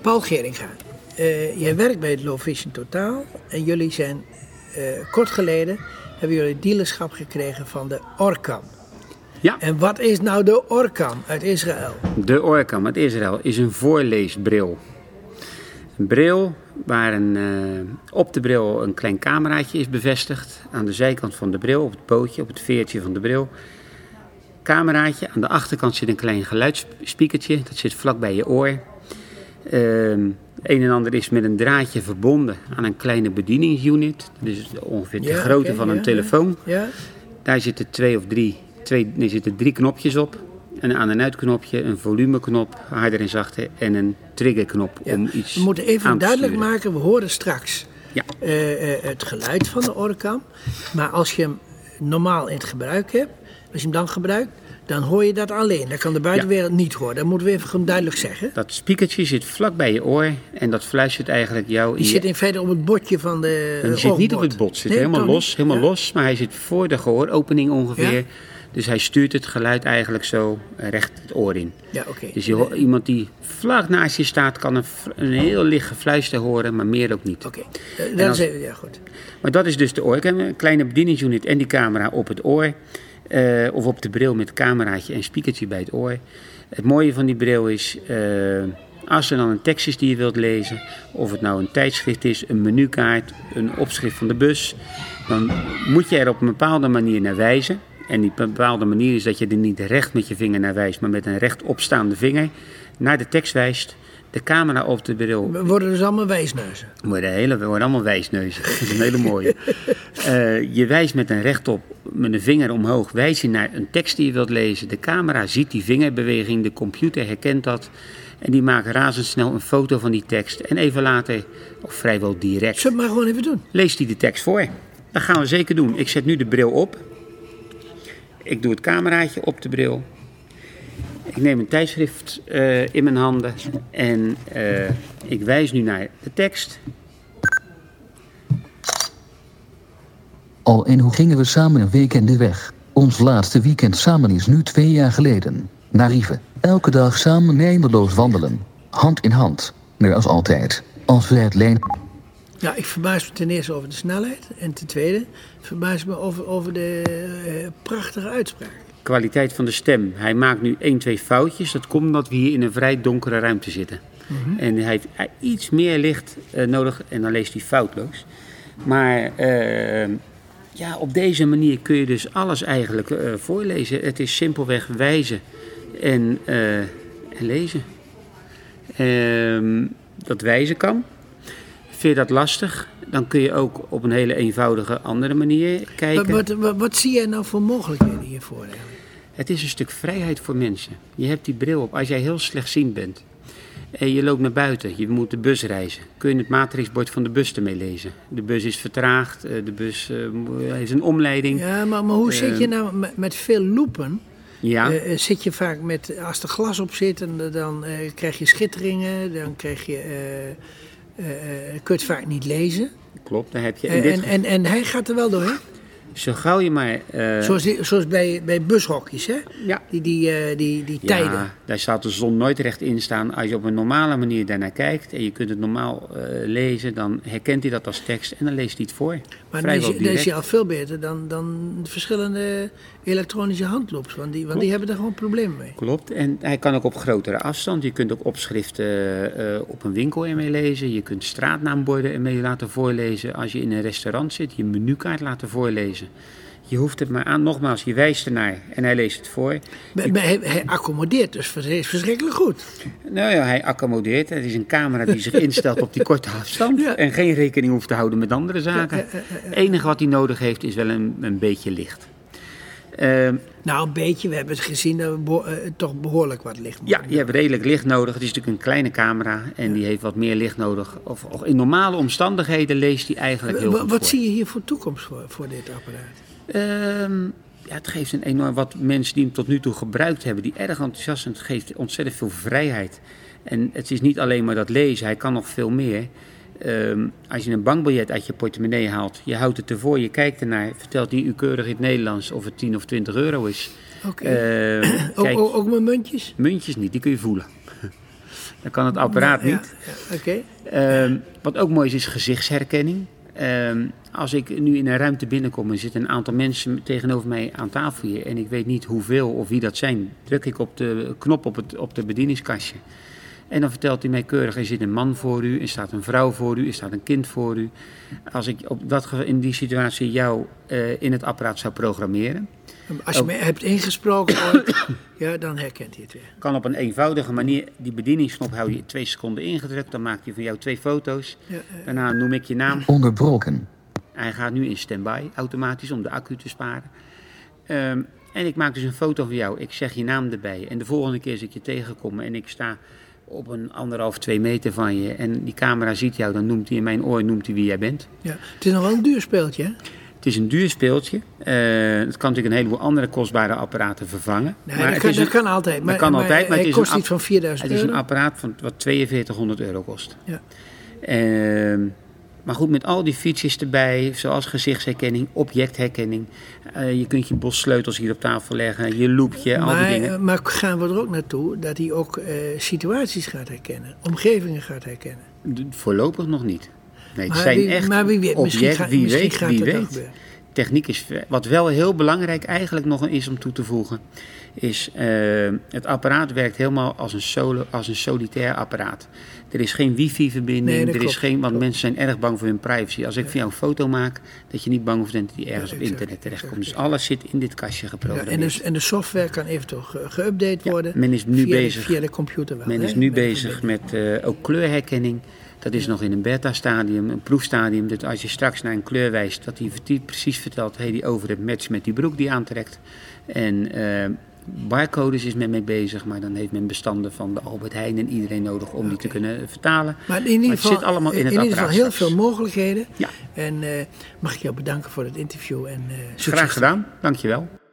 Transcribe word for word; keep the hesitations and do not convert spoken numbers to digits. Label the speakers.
Speaker 1: Paul Geringa, uh, jij werkt bij het Low Vision Totaal en jullie zijn uh, kort geleden hebben jullie dealerschap gekregen van de Orcam.
Speaker 2: Ja.
Speaker 1: En wat is nou de Orcam uit Israël?
Speaker 2: De Orcam uit Israël is een voorleesbril. Een bril waar een, uh, op de bril een klein cameraatje is bevestigd. Aan de zijkant van de bril, op het pootje, op het veertje van de bril. Cameraatje. Aan de achterkant zit een klein geluidsspeakertje. Dat zit vlak bij je oor. Uh, een en ander is met een draadje verbonden aan een kleine bedieningsunit. Dus ongeveer de ja, grootte okay, van een ja, telefoon. Ja. Daar zitten twee of drie, twee, nee, zitten drie knopjes op. En aan- en uitknopje, een volumeknop, harder en zachter en een triggerknop ja, om iets
Speaker 1: We moeten even
Speaker 2: aan te
Speaker 1: duidelijk
Speaker 2: sturen.
Speaker 1: maken, we horen straks
Speaker 2: ja.
Speaker 1: uh, uh, het geluid van de Orcam. Maar als je hem normaal in het gebruik hebt, als je hem dan gebruikt, dan hoor je dat alleen. Dat kan de buitenwereld ja. niet horen. Dat moeten we even gewoon duidelijk zeggen.
Speaker 2: Dat speakertje zit vlak bij je oor en dat fluistert eigenlijk jou...
Speaker 1: Die
Speaker 2: in
Speaker 1: zit
Speaker 2: je...
Speaker 1: in feite op het botje van de
Speaker 2: Hij zit niet op het bot, zit nee, helemaal los, helemaal ja. los, maar hij zit voor de gehooropening ongeveer. Ja. Dus hij stuurt het geluid eigenlijk zo recht het oor in.
Speaker 1: Ja, okay.
Speaker 2: Dus je, iemand die vlak naast je staat kan een, een heel licht gefluister horen, maar meer ook niet.
Speaker 1: Oké, okay. uh, dat als... is ja, goed.
Speaker 2: Maar dat is dus de oor. Ik heb een kleine bedieningsunit en die camera op het oor. Uh, of op de bril met cameraatje en speakertje bij het oor. Het mooie van die bril is, uh, als er dan een tekst is die je wilt lezen, of het nou een tijdschrift is, een menukaart, een opschrift van de bus, dan moet je er op een bepaalde manier naar wijzen. En die bepaalde manier is dat je er niet recht met je vinger naar wijst, maar met een recht opstaande vinger naar de tekst wijst. De camera op de bril.
Speaker 1: We worden dus allemaal wijsneuzen.
Speaker 2: We worden, hele, we worden allemaal wijsneuzen. Dat is een hele mooie. Uh, je wijst met een rechtop, met een vinger omhoog, wijs je naar een tekst die je wilt lezen. De camera ziet die vingerbeweging, de computer herkent dat. En die maakt razendsnel een foto van die tekst. En even later, of vrijwel direct,
Speaker 1: zullen we maar gewoon even doen?
Speaker 2: Leest hij de tekst voor. Dat gaan we zeker doen. Ik zet nu de bril op. Ik doe het cameraatje op de bril. Ik neem een tijdschrift uh, in mijn handen en uh, ik wijs nu naar de tekst.
Speaker 3: Al en hoe gingen we samen een weekend de weg? Ons laatste weekend samen is nu twee jaar geleden. Naar Rive. Elke dag samen eindeloos wandelen. Hand in hand. Meer als altijd. Als we het leen...
Speaker 1: Ja, ik verbaas me ten eerste over de snelheid. En ten tweede verbaas me over, over de uh, prachtige uitspraak.
Speaker 2: Kwaliteit van de stem. Hij maakt nu één, twee foutjes. Dat komt omdat we hier in een vrij donkere ruimte zitten. Mm-hmm. En hij heeft iets meer licht uh, nodig en dan leest hij foutloos. Maar uh, ja, op deze manier kun je dus alles eigenlijk uh, voorlezen. Het is simpelweg wijzen en, uh, en lezen. Uh, dat wijzen kan. Vind je dat lastig? Dan kun je ook op een hele eenvoudige andere manier kijken.
Speaker 1: Wat, wat, wat, wat zie jij nou voor mogelijkheden hiervoor eigenlijk?
Speaker 2: Het is een stuk vrijheid voor mensen. Je hebt die bril op. Als jij heel slechtziend bent en je loopt naar buiten, je moet de bus reizen, kun je het matrixbord van de bus ermee lezen. De bus is vertraagd, de bus uh, heeft een omleiding.
Speaker 1: Ja, maar, maar hoe uh, zit je nou met, met veel loepen?
Speaker 2: Ja.
Speaker 1: Uh, zit je vaak met, als er glas op zit, en, dan uh, krijg je schitteringen, dan krijg je... Uh, Uh, kun je het vaak niet lezen.
Speaker 2: Klopt, daar heb je...
Speaker 1: In uh, dit en, en, en hij gaat er wel doorheen?
Speaker 2: Zo gauw je maar... Uh...
Speaker 1: Zoals, die, zoals bij, bij bushokjes, hè?
Speaker 2: Ja.
Speaker 1: Die, die, uh, die, die tijden.
Speaker 2: Ja, daar staat de zon nooit recht in staan. Als je op een normale manier daarnaar kijkt en je kunt het normaal uh, lezen, dan herkent hij dat als tekst en dan leest hij het voor.
Speaker 1: Maar dan is, dan is hij al veel beter dan, dan de verschillende elektronische handloops, want die, want die hebben er gewoon problemen mee.
Speaker 2: Klopt, en hij kan ook op grotere afstand. Je kunt ook opschriften uh, op een winkel ermee lezen. Je kunt straatnaamborden ermee laten voorlezen. Als je in een restaurant zit, je menukaart laten voorlezen. Je hoeft het maar aan, nogmaals, je wijst ernaar en hij leest het voor.
Speaker 1: Maar, maar hij, hij accommodeert dus verschrikkelijk goed.
Speaker 2: Nou ja, hij accommodeert. Het is een camera die zich instelt op die korte afstand. Ja. En geen rekening hoeft te houden met andere zaken. Het ja, ja, ja, ja. enige wat hij nodig heeft is wel een, een beetje licht.
Speaker 1: Uh, nou, een beetje. We hebben het gezien dat we beho- uh, toch behoorlijk wat licht
Speaker 2: Ja, je hebt redelijk licht nodig. Het is natuurlijk een kleine camera en ja. die heeft wat meer licht nodig. Of, of in normale omstandigheden leest hij eigenlijk heel
Speaker 1: w-
Speaker 2: goed
Speaker 1: Wat
Speaker 2: voor.
Speaker 1: zie je hier voor toekomst voor, voor dit apparaat?
Speaker 2: Uh, ja, het geeft een enorm wat mensen die hem tot nu toe gebruikt hebben, die erg enthousiast zijn. Het geeft ontzettend veel vrijheid. En het is niet alleen maar dat lezen, hij kan nog veel meer. Um, als je een bankbiljet uit je portemonnee haalt, je houdt het ervoor, je kijkt ernaar, vertelt hij u keurig in het Nederlands of het tien of twintig euro is.
Speaker 1: Oké. Okay. Uh, ook, ook met muntjes?
Speaker 2: Muntjes niet, die kun je voelen. Dat kan het apparaat
Speaker 1: Ja,
Speaker 2: niet.
Speaker 1: ja, Oké.
Speaker 2: Um, wat ook mooi is, is gezichtsherkenning. Um, als ik nu in een ruimte binnenkom en zitten een aantal mensen tegenover mij aan tafel hier en ik weet niet hoeveel of wie dat zijn, druk ik op de knop op het op de bedieningskastje. En dan vertelt hij mij keurig, er zit een man voor u, er staat een vrouw voor u, er staat een kind voor u. Als ik op dat, in die situatie jou uh, in het apparaat zou programmeren.
Speaker 1: Als je
Speaker 2: ook,
Speaker 1: me hebt ingesproken ooit, ja, dan herkent hij het weer.
Speaker 2: Kan op een eenvoudige manier, die bedieningsknop hou je twee seconden ingedrukt, dan maakt hij van jou twee foto's. Ja, uh, Daarna noem ik je naam.
Speaker 3: Onderbroken.
Speaker 2: Hij gaat nu in standby automatisch om de accu te sparen. Um, en ik maak dus een foto van jou, ik zeg je naam erbij. En de volgende keer als ik je tegenkom en ik sta op een anderhalf, twee meter van je en die camera ziet jou, dan noemt hij in mijn oor noemt hij wie jij bent.
Speaker 1: Ja, het is nog wel een duur speeltje, hè?
Speaker 2: Het is een duur speeltje. Uh, het kan natuurlijk een heleboel andere kostbare apparaten vervangen.
Speaker 1: Nee,
Speaker 2: maar
Speaker 1: dat,
Speaker 2: het
Speaker 1: kan,
Speaker 2: is
Speaker 1: dat
Speaker 2: een,
Speaker 1: kan altijd. Maar,
Speaker 2: dat kan
Speaker 1: maar,
Speaker 2: altijd, maar het,
Speaker 1: het
Speaker 2: is
Speaker 1: kost
Speaker 2: een,
Speaker 1: niet van vierduizend
Speaker 2: euro. Het is
Speaker 1: euro.
Speaker 2: een apparaat van, wat tweeënveertighonderd euro kost.
Speaker 1: Ja.
Speaker 2: Uh, maar goed, met al die features erbij, zoals gezichtsherkenning, objectherkenning. Uh, je kunt je bos sleutels hier op tafel leggen, je loopje,
Speaker 1: maar,
Speaker 2: al die dingen.
Speaker 1: Maar gaan we er ook naartoe dat hij ook uh, situaties gaat herkennen, omgevingen gaat herkennen?
Speaker 2: De, voorlopig nog niet. Nee, het
Speaker 1: maar
Speaker 2: zijn
Speaker 1: wie,
Speaker 2: echt
Speaker 1: maar wie weet,
Speaker 2: object,
Speaker 1: misschien, ga,
Speaker 2: wie
Speaker 1: misschien
Speaker 2: weet,
Speaker 1: gaat
Speaker 2: wie
Speaker 1: het
Speaker 2: weet.
Speaker 1: dan gebeuren.
Speaker 2: Techniek is, wat wel heel belangrijk eigenlijk nog is om toe te voegen, is uh, het apparaat werkt helemaal als een, solo, als een solitair apparaat. Er is geen wifi-verbinding,
Speaker 1: nee,
Speaker 2: er
Speaker 1: klopt,
Speaker 2: is geen, want
Speaker 1: klopt.
Speaker 2: mensen zijn erg bang voor hun privacy. Als ik ja. van jou een foto maak, dat je niet bang hoeft dat die ergens
Speaker 1: ja,
Speaker 2: op
Speaker 1: exact,
Speaker 2: internet terechtkomt.
Speaker 1: exact,
Speaker 2: Dus alles zit in dit kastje geprogrammeerd.
Speaker 1: Ja, en, dus, en de software kan eventueel geüpdate
Speaker 2: ja,
Speaker 1: worden
Speaker 2: men is nu
Speaker 1: via,
Speaker 2: bezig,
Speaker 1: de, via de computer wel.
Speaker 2: Men
Speaker 1: hè?
Speaker 2: is nu bezig met uh, ook kleurherkenning. Dat is ja. nog in een beta-stadium, een proefstadium. Dat als je straks naar een kleur wijst, dat hij precies vertelt, hey, die overhemd matcht met die broek die je aantrekt. En uh, barcodes is men mee bezig, maar dan heeft men bestanden van de Albert Heijn en iedereen nodig om okay. die te kunnen vertalen.
Speaker 1: Maar in ieder
Speaker 2: maar
Speaker 1: geval,
Speaker 2: het zit allemaal in het
Speaker 1: in ieder geval heel
Speaker 2: straks.
Speaker 1: veel mogelijkheden.
Speaker 2: Ja.
Speaker 1: En uh, mag ik jou bedanken voor het interview. En, uh,
Speaker 2: Graag gedaan, dankjewel.